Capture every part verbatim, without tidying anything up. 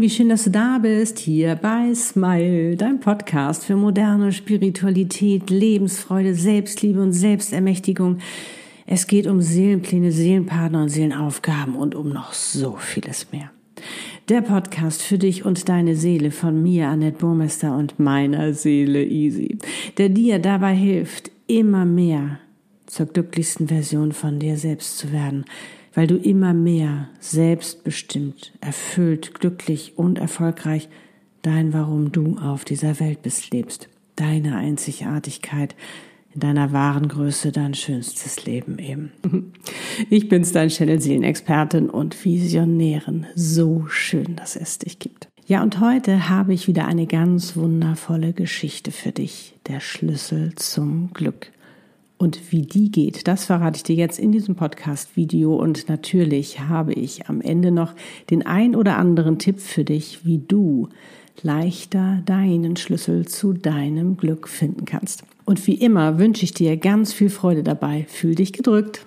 wie schön, dass du da bist, hier bei Smile, dein Podcast für moderne Spiritualität, Lebensfreude, Selbstliebe und Selbstermächtigung. Es geht um Seelenpläne, Seelenpartner und Seelenaufgaben und um noch so vieles mehr. Der Podcast für dich und deine Seele von mir, Annette Burmester, und meiner Seele Easy, der dir dabei hilft, immer mehr zur glücklichsten Version von dir selbst zu werden, weil du immer mehr selbstbestimmt, erfüllt, glücklich und erfolgreich dein Warum du auf dieser Welt bist lebst. Deine Einzigartigkeit in deiner wahren Größe, dein schönstes Leben eben. Ich bin's, dein Channel-Seelenexpertin und Visionärin. So schön, dass es dich gibt. Ja, und heute habe ich wieder eine ganz wundervolle Geschichte für dich. Der Schlüssel zum Glück. Und wie die geht, das verrate ich dir jetzt in diesem Podcast-Video. Und natürlich habe ich am Ende noch den ein oder anderen Tipp für dich, wie du leichter deinen Schlüssel zu deinem Glück finden kannst. Und wie immer wünsche ich dir ganz viel Freude dabei. Fühl dich gedrückt.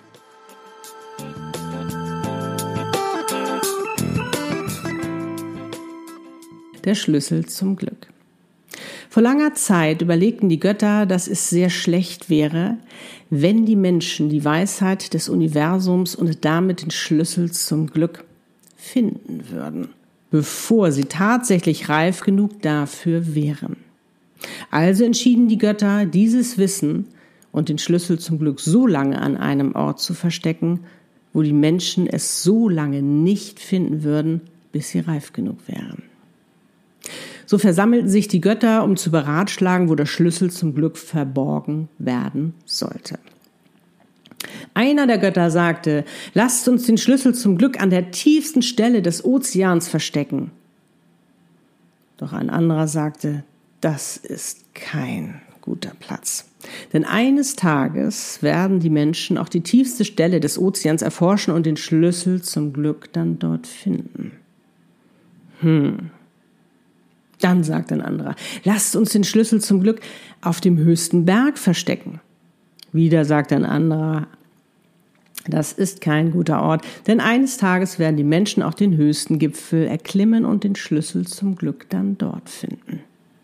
Der Schlüssel zum Glück. Vor langer Zeit überlegten die Götter, dass es sehr schlecht wäre, wenn die Menschen die Weisheit des Universums und damit den Schlüssel zum Glück finden würden, bevor sie tatsächlich reif genug dafür wären. Also entschieden die Götter, dieses Wissen und den Schlüssel zum Glück so lange an einem Ort zu verstecken, wo die Menschen es so lange nicht finden würden, bis sie reif genug wären. So versammelten sich die Götter, um zu beratschlagen, wo der Schlüssel zum Glück verborgen werden sollte. Einer der Götter sagte, lasst uns den Schlüssel zum Glück an der tiefsten Stelle des Ozeans verstecken. Doch ein anderer sagte, das ist kein guter Platz. Denn eines Tages werden die Menschen auch die tiefste Stelle des Ozeans erforschen und den Schlüssel zum Glück dann dort finden. Hm. Dann sagt ein anderer, lasst uns den Schlüssel zum Glück auf dem höchsten Berg verstecken. Wieder sagt ein anderer, das ist kein guter Ort, denn eines Tages werden die Menschen auch den höchsten Gipfel erklimmen und den Schlüssel zum Glück dann dort finden.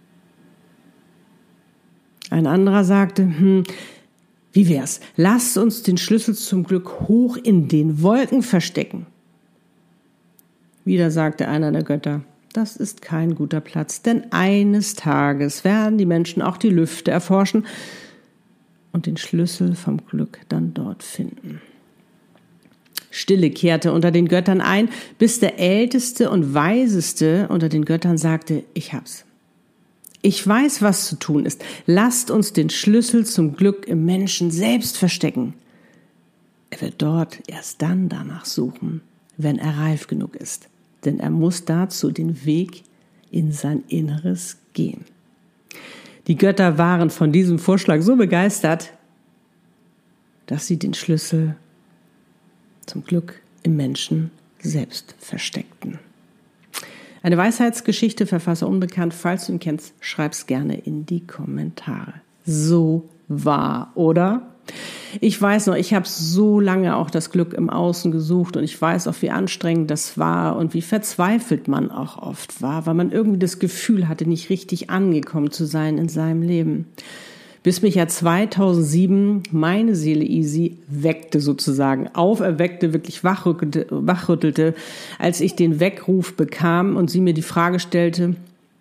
Ein anderer sagte, hm, wie wär's? Lasst uns den Schlüssel zum Glück hoch in den Wolken verstecken. Wieder sagte einer der Götter, das ist kein guter Platz, denn eines Tages werden die Menschen auch die Lüfte erforschen und den Schlüssel vom Glück dann dort finden. Stille kehrte unter den Göttern ein, bis der Älteste und Weiseste unter den Göttern sagte, ich hab's. Ich weiß, was zu tun ist. Lasst uns den Schlüssel zum Glück im Menschen selbst verstecken. Er wird dort erst dann danach suchen, wenn er reif genug ist. Denn er muss dazu den Weg in sein Inneres gehen. Die Götter waren von diesem Vorschlag so begeistert, dass sie den Schlüssel zum Glück im Menschen selbst versteckten. Eine Weisheitsgeschichte, Verfasser unbekannt. Falls du ihn kennst, schreib's gerne in die Kommentare. So wahr, oder? Ich weiß noch, ich habe so lange auch das Glück im Außen gesucht und ich weiß auch, wie anstrengend das war und wie verzweifelt man auch oft war, weil man irgendwie das Gefühl hatte, nicht richtig angekommen zu sein in seinem Leben. Bis mich ja zweitausendsieben meine Seele Easy weckte sozusagen, auferweckte, wirklich wachrüttelte, wachrüttelte, als ich den Weckruf bekam und sie mir die Frage stellte,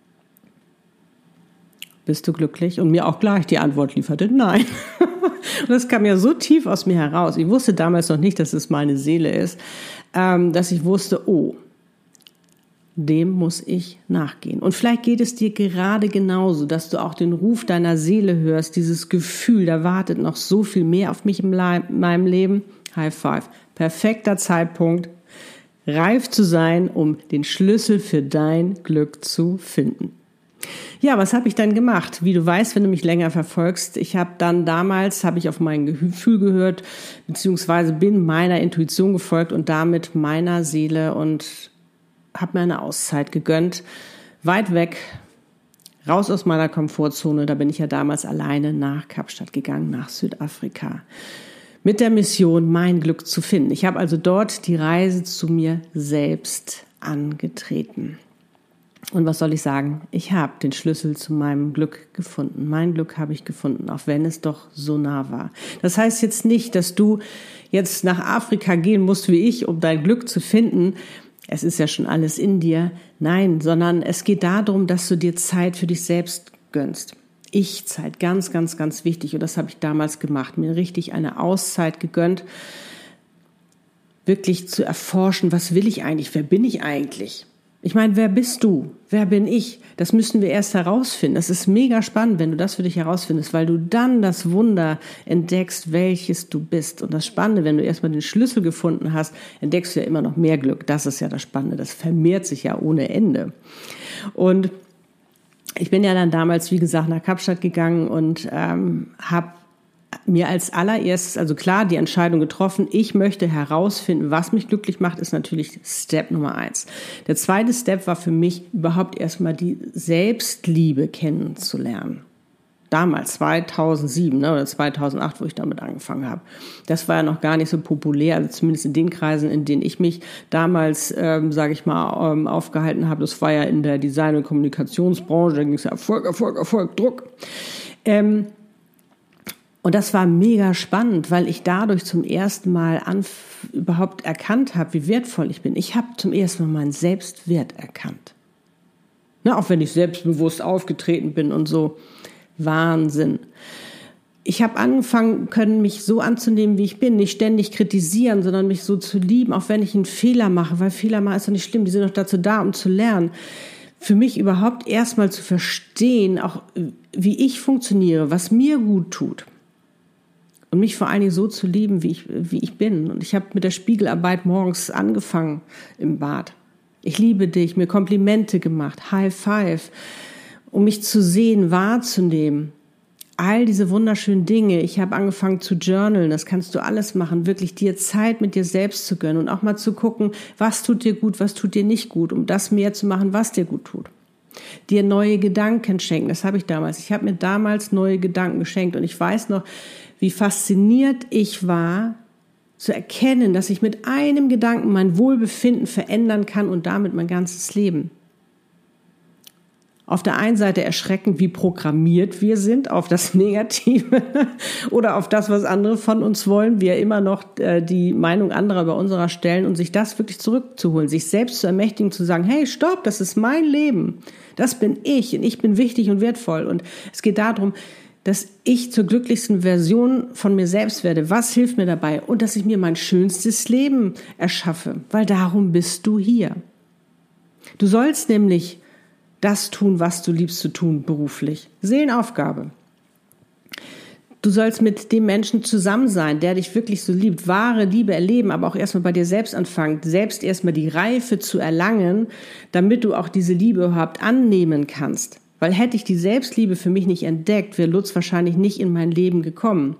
bist du glücklich? Und mir auch gleich die Antwort lieferte, nein. Und das kam ja so tief aus mir heraus. Ich wusste damals noch nicht, dass es meine Seele ist, dass ich wusste, oh, dem muss ich nachgehen. Und vielleicht geht es dir gerade genauso, dass du auch den Ruf deiner Seele hörst, dieses Gefühl, da wartet noch so viel mehr auf mich in meinem Leben. High five. Perfekter Zeitpunkt, reif zu sein, um den Schlüssel für dein Glück zu finden. Ja, was habe ich dann gemacht? Wie du weißt, wenn du mich länger verfolgst, ich habe dann damals, habe ich auf mein Gefühl gehört, beziehungsweise bin meiner Intuition gefolgt und damit meiner Seele und habe mir eine Auszeit gegönnt, weit weg, raus aus meiner Komfortzone. Da bin ich ja damals alleine nach Kapstadt gegangen, nach Südafrika, mit der Mission, mein Glück zu finden. Ich habe also dort die Reise zu mir selbst angetreten. Und was soll ich sagen? Ich habe den Schlüssel zu meinem Glück gefunden. Mein Glück habe ich gefunden, auch wenn es doch so nah war. Das heißt jetzt nicht, dass du jetzt nach Afrika gehen musst wie ich, um dein Glück zu finden. Es ist ja schon alles in dir. Nein, sondern es geht darum, dass du dir Zeit für dich selbst gönnst. Ich-Zeit, ganz, ganz, ganz wichtig. Und das habe ich damals gemacht. Mir richtig eine Auszeit gegönnt. Wirklich zu erforschen, was will ich eigentlich? Wer bin ich eigentlich? Ich meine, wer bist du? Wer bin ich? Das müssen wir erst herausfinden. Das ist mega spannend, wenn du das für dich herausfindest, weil du dann das Wunder entdeckst, welches du bist. Und das Spannende, wenn du erstmal den Schlüssel gefunden hast, entdeckst du ja immer noch mehr Glück. Das ist ja das Spannende. Das vermehrt sich ja ohne Ende. Und ich bin ja dann damals, wie gesagt, nach Kapstadt gegangen und ähm, habe mir als allererstes, also klar, die Entscheidung getroffen, ich möchte herausfinden, was mich glücklich macht, ist natürlich Step Nummer eins. Der zweite Step war für mich, überhaupt erstmal die Selbstliebe kennenzulernen. Damals, zweitausendsieben ne, oder zweitausendacht, wo ich damit angefangen habe. Das war ja noch gar nicht so populär, also zumindest in den Kreisen, in denen ich mich damals, ähm, sage ich mal, ähm, aufgehalten habe. Das war ja in der Design- und Kommunikationsbranche, da ging es ja Erfolg, Erfolg, Erfolg, Druck. Ähm, Und das war mega spannend, weil ich dadurch zum ersten Mal anf- überhaupt erkannt habe, wie wertvoll ich bin. Ich habe zum ersten Mal meinen Selbstwert erkannt. Ne, auch wenn ich selbstbewusst aufgetreten bin und so. Wahnsinn. Ich habe angefangen können, mich so anzunehmen, wie ich bin. Nicht ständig kritisieren, sondern mich so zu lieben, auch wenn ich einen Fehler mache. Weil Fehler machen ist doch nicht schlimm, die sind doch dazu da, um zu lernen. Für mich überhaupt erstmal zu verstehen, auch wie ich funktioniere, was mir gut tut. Und mich vor allen Dingen so zu lieben, wie ich, wie ich bin. Und ich habe mit der Spiegelarbeit morgens angefangen im Bad. Ich liebe dich, mir Komplimente gemacht, High Five, um mich zu sehen, wahrzunehmen. All diese wunderschönen Dinge. Ich habe angefangen zu journalen, das kannst du alles machen, wirklich dir Zeit mit dir selbst zu gönnen und auch mal zu gucken, was tut dir gut, was tut dir nicht gut, um das mehr zu machen, was dir gut tut. Dir neue Gedanken schenken, das habe ich damals. Ich habe mir damals neue Gedanken geschenkt und ich weiß noch, wie fasziniert ich war, zu erkennen, dass ich mit einem Gedanken mein Wohlbefinden verändern kann und damit mein ganzes Leben. Auf der einen Seite erschreckend, wie programmiert wir sind auf das Negative oder auf das, was andere von uns wollen. Wir immer noch äh, die Meinung anderer über unserer stellen und sich das wirklich zurückzuholen, sich selbst zu ermächtigen, zu sagen, hey, stopp, das ist mein Leben. Das bin ich und ich bin wichtig und wertvoll. Und es geht darum, dass ich zur glücklichsten Version von mir selbst werde. Was hilft mir dabei? Und dass ich mir mein schönstes Leben erschaffe, weil darum bist du hier. Du sollst nämlich das tun, was du liebst zu tun, beruflich. Seelenaufgabe. Du sollst mit dem Menschen zusammen sein, der dich wirklich so liebt, wahre Liebe erleben, aber auch erstmal bei dir selbst anfangen, selbst erstmal die Reife zu erlangen, damit du auch diese Liebe überhaupt annehmen kannst. Weil hätte ich die Selbstliebe für mich nicht entdeckt, wäre Lutz wahrscheinlich nicht in mein Leben gekommen.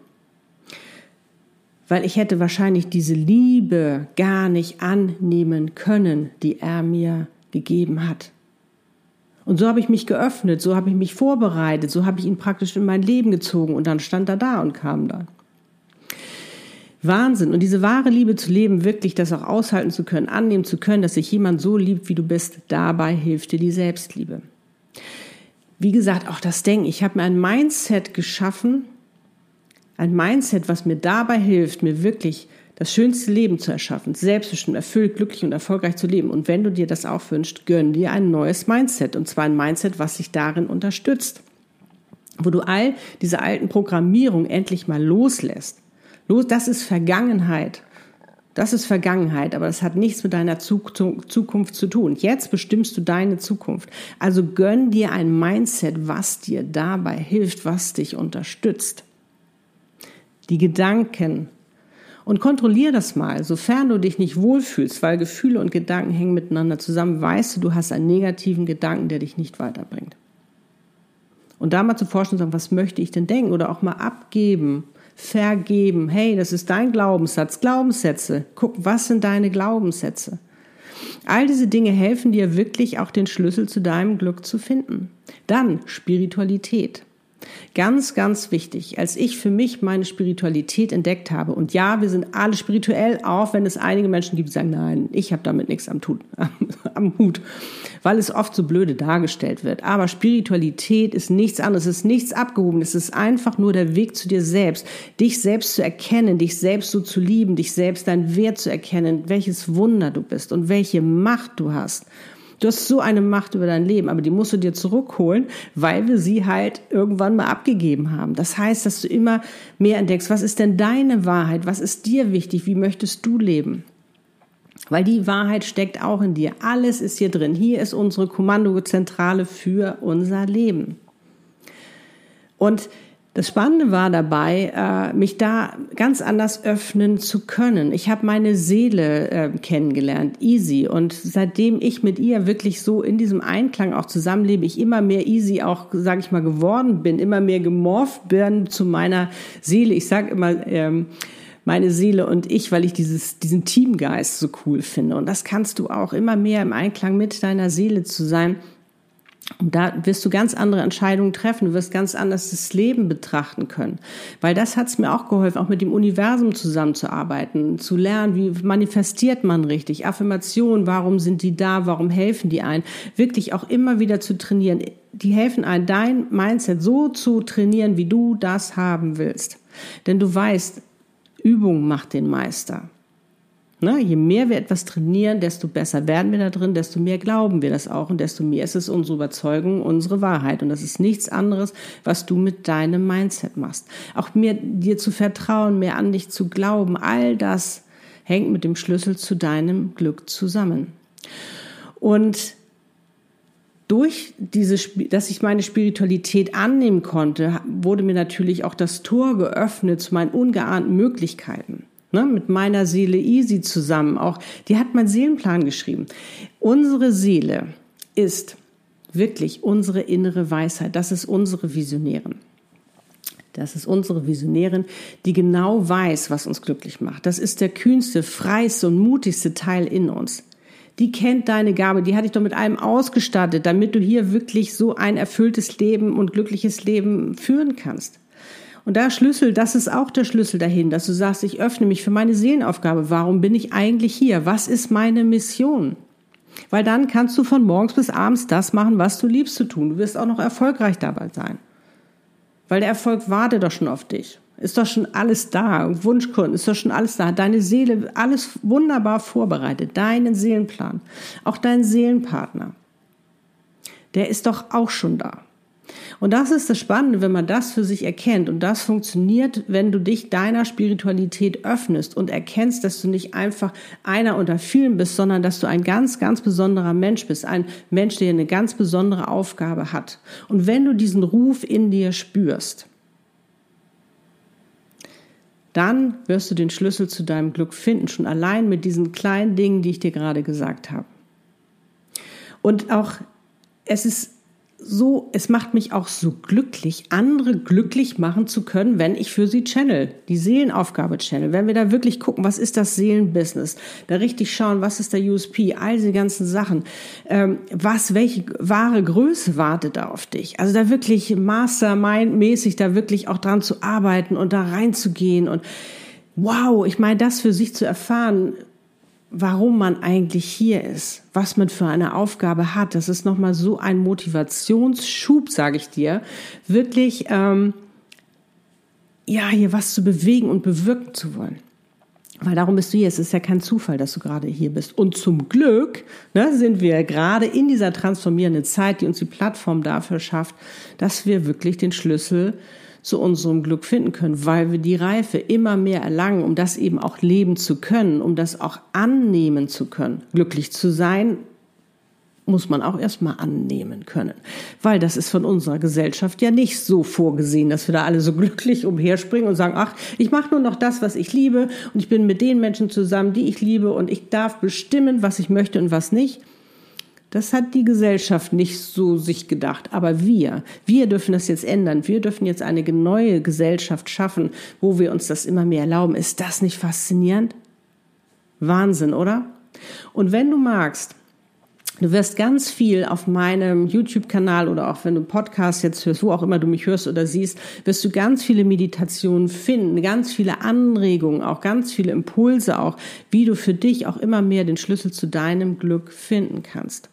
Weil ich hätte wahrscheinlich diese Liebe gar nicht annehmen können, die er mir gegeben hat. Und so habe ich mich geöffnet, so habe ich mich vorbereitet, so habe ich ihn praktisch in mein Leben gezogen und dann stand er da und kam da. Wahnsinn. Und diese wahre Liebe zu leben, wirklich das auch aushalten zu können, annehmen zu können, dass sich jemand so liebt, wie du bist, dabei hilft dir die Selbstliebe. Wie gesagt, auch das Denken. Ich habe mir ein Mindset geschaffen, ein Mindset, was mir dabei hilft, mir wirklich das schönste Leben zu erschaffen, selbstbestimmt, erfüllt, glücklich und erfolgreich zu leben. Und wenn du dir das auch wünschst, gönn dir ein neues Mindset. Und zwar ein Mindset, was dich darin unterstützt. Wo du all diese alten Programmierungen endlich mal loslässt. Los, das ist Vergangenheit. Das ist Vergangenheit, aber das hat nichts mit deiner Zukunft zu tun. Jetzt bestimmst du deine Zukunft. Also gönn dir ein Mindset, was dir dabei hilft, was dich unterstützt. Die Gedanken. Und kontrollier das mal, sofern du dich nicht wohlfühlst, weil Gefühle und Gedanken hängen miteinander zusammen, weißt du, du hast einen negativen Gedanken, der dich nicht weiterbringt. Und da mal zu forschen und sagen, was möchte ich denn denken? Oder auch mal abgeben. Vergeben. Hey, das ist dein Glaubenssatz. Glaubenssätze. Guck, was sind deine Glaubenssätze? All diese Dinge helfen dir wirklich auch den Schlüssel zu deinem Glück zu finden. Dann Spiritualität. Ganz, ganz wichtig, als ich für mich meine Spiritualität entdeckt habe, und ja, wir sind alle spirituell, auch wenn es einige Menschen gibt, die sagen, nein, ich habe damit nichts am, Tut, am, am Hut, weil es oft so blöde dargestellt wird. Aber Spiritualität ist nichts anderes, es ist nichts Abgehobenes, es ist einfach nur der Weg zu dir selbst, dich selbst zu erkennen, dich selbst so zu lieben, dich selbst deinen Wert zu erkennen, welches Wunder du bist und welche Macht du hast. Du hast so eine Macht über dein Leben, aber die musst du dir zurückholen, weil wir sie halt irgendwann mal abgegeben haben. Das heißt, dass du immer mehr entdeckst, was ist denn deine Wahrheit? Was ist dir wichtig? Wie möchtest du leben? Weil die Wahrheit steckt auch in dir. Alles ist hier drin. Hier ist unsere Kommandozentrale für unser Leben. Und das Spannende war dabei, mich da ganz anders öffnen zu können. Ich habe meine Seele kennengelernt, Easy. Und seitdem ich mit ihr wirklich so in diesem Einklang auch zusammenlebe, ich immer mehr Easy auch, sage ich mal, geworden bin, immer mehr gemorpht bin zu meiner Seele. Ich sage immer, ähm, meine Seele und ich, weil ich dieses, diesen Teamgeist so cool finde. Und das kannst du auch immer mehr im Einklang mit deiner Seele zu sein. Und da wirst du ganz andere Entscheidungen treffen, du wirst ganz anders das Leben betrachten können. Weil das hat es mir auch geholfen, auch mit dem Universum zusammenzuarbeiten, zu lernen, wie manifestiert man richtig, Affirmationen, warum sind die da, warum helfen die ein, wirklich auch immer wieder zu trainieren. Die helfen ein, dein Mindset so zu trainieren, wie du das haben willst. Denn du weißt, Übung macht den Meister. Ne, je mehr wir etwas trainieren, desto besser werden wir da drin, desto mehr glauben wir das auch und desto mehr ist es unsere Überzeugung, unsere Wahrheit. Und das ist nichts anderes, was du mit deinem Mindset machst. Auch mehr dir zu vertrauen, mehr an dich zu glauben, all das hängt mit dem Schlüssel zu deinem Glück zusammen. Und durch diese, dass ich meine Spiritualität annehmen konnte, wurde mir natürlich auch das Tor geöffnet zu meinen ungeahnten Möglichkeiten. Ne, mit meiner Seele Easy zusammen, auch die hat meinen Seelenplan geschrieben. Unsere Seele ist wirklich unsere innere Weisheit. Das ist unsere Visionärin. Das ist unsere Visionärin, die genau weiß, was uns glücklich macht. Das ist der kühnste, freiste und mutigste Teil in uns. Die kennt deine Gabe, die hat dich doch mit allem ausgestattet, damit du hier wirklich so ein erfülltes Leben und glückliches Leben führen kannst. Und der Schlüssel, das ist auch der Schlüssel dahin, dass du sagst, ich öffne mich für meine Seelenaufgabe. Warum bin ich eigentlich hier? Was ist meine Mission? Weil dann kannst du von morgens bis abends das machen, was du liebst zu tun. Du wirst auch noch erfolgreich dabei sein. Weil der Erfolg wartet doch schon auf dich. Ist doch schon alles da. Wunschkunden, ist doch schon alles da. Deine Seele, alles wunderbar vorbereitet. Deinen Seelenplan. Auch dein Seelenpartner. Der ist doch auch schon da. Und das ist das Spannende, wenn man das für sich erkennt. Und das funktioniert, wenn du dich deiner Spiritualität öffnest und erkennst, dass du nicht einfach einer unter vielen bist, sondern dass du ein ganz, ganz besonderer Mensch bist. Ein Mensch, der eine ganz besondere Aufgabe hat. Und wenn du diesen Ruf in dir spürst, dann wirst du den Schlüssel zu deinem Glück finden. Schon allein mit diesen kleinen Dingen, die ich dir gerade gesagt habe. Und auch, es ist so, es macht mich auch so glücklich, andere glücklich machen zu können, wenn ich für sie channel, die Seelenaufgabe channel. Wenn wir da wirklich gucken, was ist das Seelenbusiness, da richtig schauen, was ist der U S P, all diese ganzen Sachen, ähm, was, welche wahre Größe wartet da auf dich? Also da wirklich Mastermind-mäßig da wirklich auch dran zu arbeiten und da reinzugehen und wow, ich meine, das für sich zu erfahren, warum man eigentlich hier ist, was man für eine Aufgabe hat. Das ist nochmal so ein Motivationsschub, sage ich dir, wirklich ähm, ja hier was zu bewegen und bewirken zu wollen. Weil darum bist du hier. Es ist ja kein Zufall, dass du gerade hier bist. Und zum Glück ne, sind wir gerade in dieser transformierenden Zeit, die uns die Plattform dafür schafft, dass wir wirklich den Schlüssel zu unserem Glück finden können, weil wir die Reife immer mehr erlangen, um das eben auch leben zu können, um das auch annehmen zu können. Glücklich zu sein, muss man auch erstmal annehmen können, weil das ist von unserer Gesellschaft ja nicht so vorgesehen, dass wir da alle so glücklich umherspringen und sagen, ach, ich mache nur noch das, was ich liebe und ich bin mit den Menschen zusammen, die ich liebe und ich darf bestimmen, was ich möchte und was nicht. Das hat die Gesellschaft nicht so sich gedacht. Aber wir, wir dürfen das jetzt ändern. Wir dürfen jetzt eine neue Gesellschaft schaffen, wo wir uns das immer mehr erlauben. Ist das nicht faszinierend? Wahnsinn, oder? Und wenn du magst, Du wirst ganz viel auf meinem YouTube-Kanal oder auch wenn du Podcasts jetzt hörst, wo auch immer du mich hörst oder siehst, wirst du ganz viele Meditationen finden, ganz viele Anregungen, auch ganz viele Impulse auch, wie du für dich auch immer mehr den Schlüssel zu deinem Glück finden kannst.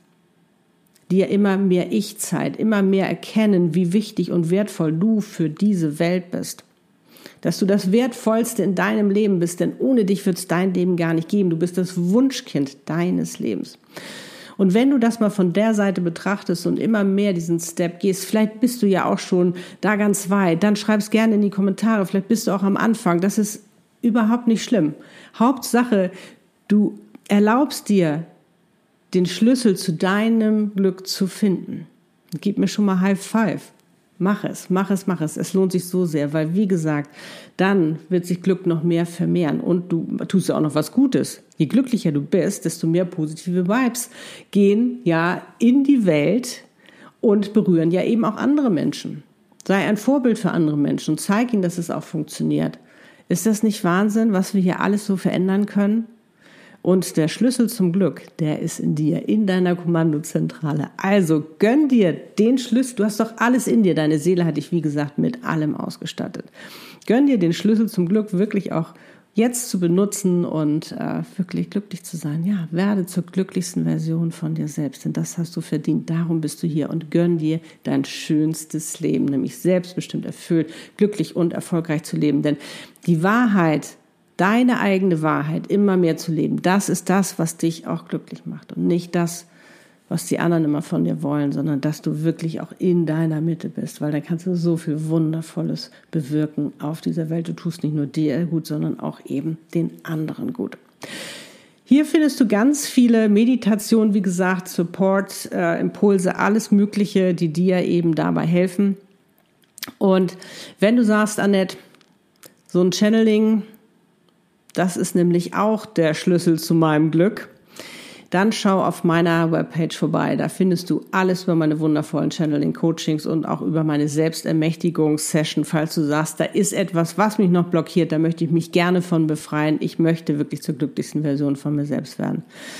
Dir immer mehr Ich-Zeit, immer mehr erkennen, wie wichtig und wertvoll du für diese Welt bist. Dass du das Wertvollste in deinem Leben bist, denn ohne dich wird es dein Leben gar nicht geben. Du bist das Wunschkind deines Lebens. Und wenn du das mal von der Seite betrachtest und immer mehr diesen Step gehst, vielleicht bist du ja auch schon da ganz weit, dann schreib's gerne in die Kommentare, vielleicht bist du auch am Anfang, das ist überhaupt nicht schlimm. Hauptsache, du erlaubst dir, den Schlüssel zu deinem Glück zu finden. Gib mir schon mal High Five. Mach es, mach es, mach es. Es lohnt sich so sehr, weil wie gesagt, dann wird sich Glück noch mehr vermehren und du tust ja auch noch was Gutes. Je glücklicher du bist, desto mehr positive Vibes gehen ja in die Welt und berühren ja eben auch andere Menschen. Sei ein Vorbild für andere Menschen und zeig ihnen, dass es auch funktioniert. Ist das nicht Wahnsinn, was wir hier alles so verändern können? Und der Schlüssel zum Glück, der ist in dir, in deiner Kommandozentrale. Also gönn dir den Schlüssel. Du hast doch alles in dir. Deine Seele hat dich, wie gesagt, mit allem ausgestattet. Gönn dir den Schlüssel zum Glück wirklich auch jetzt zu benutzen und äh, wirklich glücklich zu sein. Ja, werde zur glücklichsten Version von dir selbst, denn das hast du verdient. Darum bist du hier und gönn dir dein schönstes Leben, nämlich selbstbestimmt, erfüllt, glücklich und erfolgreich zu leben. Denn die Wahrheit, deine eigene Wahrheit immer mehr zu leben, das ist das, was dich auch glücklich macht und nicht das, was die anderen immer von dir wollen, sondern dass du wirklich auch in deiner Mitte bist, weil dann kannst du so viel Wundervolles bewirken auf dieser Welt. Du tust nicht nur dir gut, sondern auch eben den anderen gut. Hier findest du ganz viele Meditationen, wie gesagt, Support, äh, Impulse, alles Mögliche, die dir eben dabei helfen. Und wenn du sagst, Annette, so ein Channeling, das ist nämlich auch der Schlüssel zu meinem Glück, dann schau auf meiner Webpage vorbei. Da findest du alles über meine wundervollen Channeling-Coachings und auch über meine Selbstermächtigungssession, falls du sagst, da ist etwas, was mich noch blockiert, da möchte ich mich gerne von befreien. Ich möchte wirklich zur glücklichsten Version von mir selbst werden.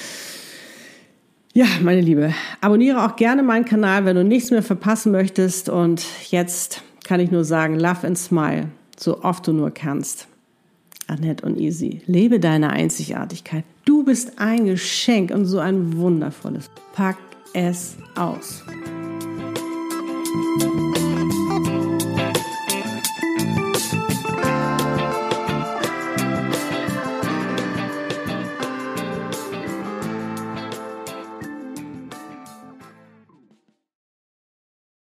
Ja, meine Liebe, abonniere auch gerne meinen Kanal, wenn du nichts mehr verpassen möchtest. Und jetzt kann ich nur sagen, love and smile, so oft du nur kannst. Annette und Easy. Lebe deine Einzigartigkeit. Du bist ein Geschenk und so ein wundervolles. Pack es aus.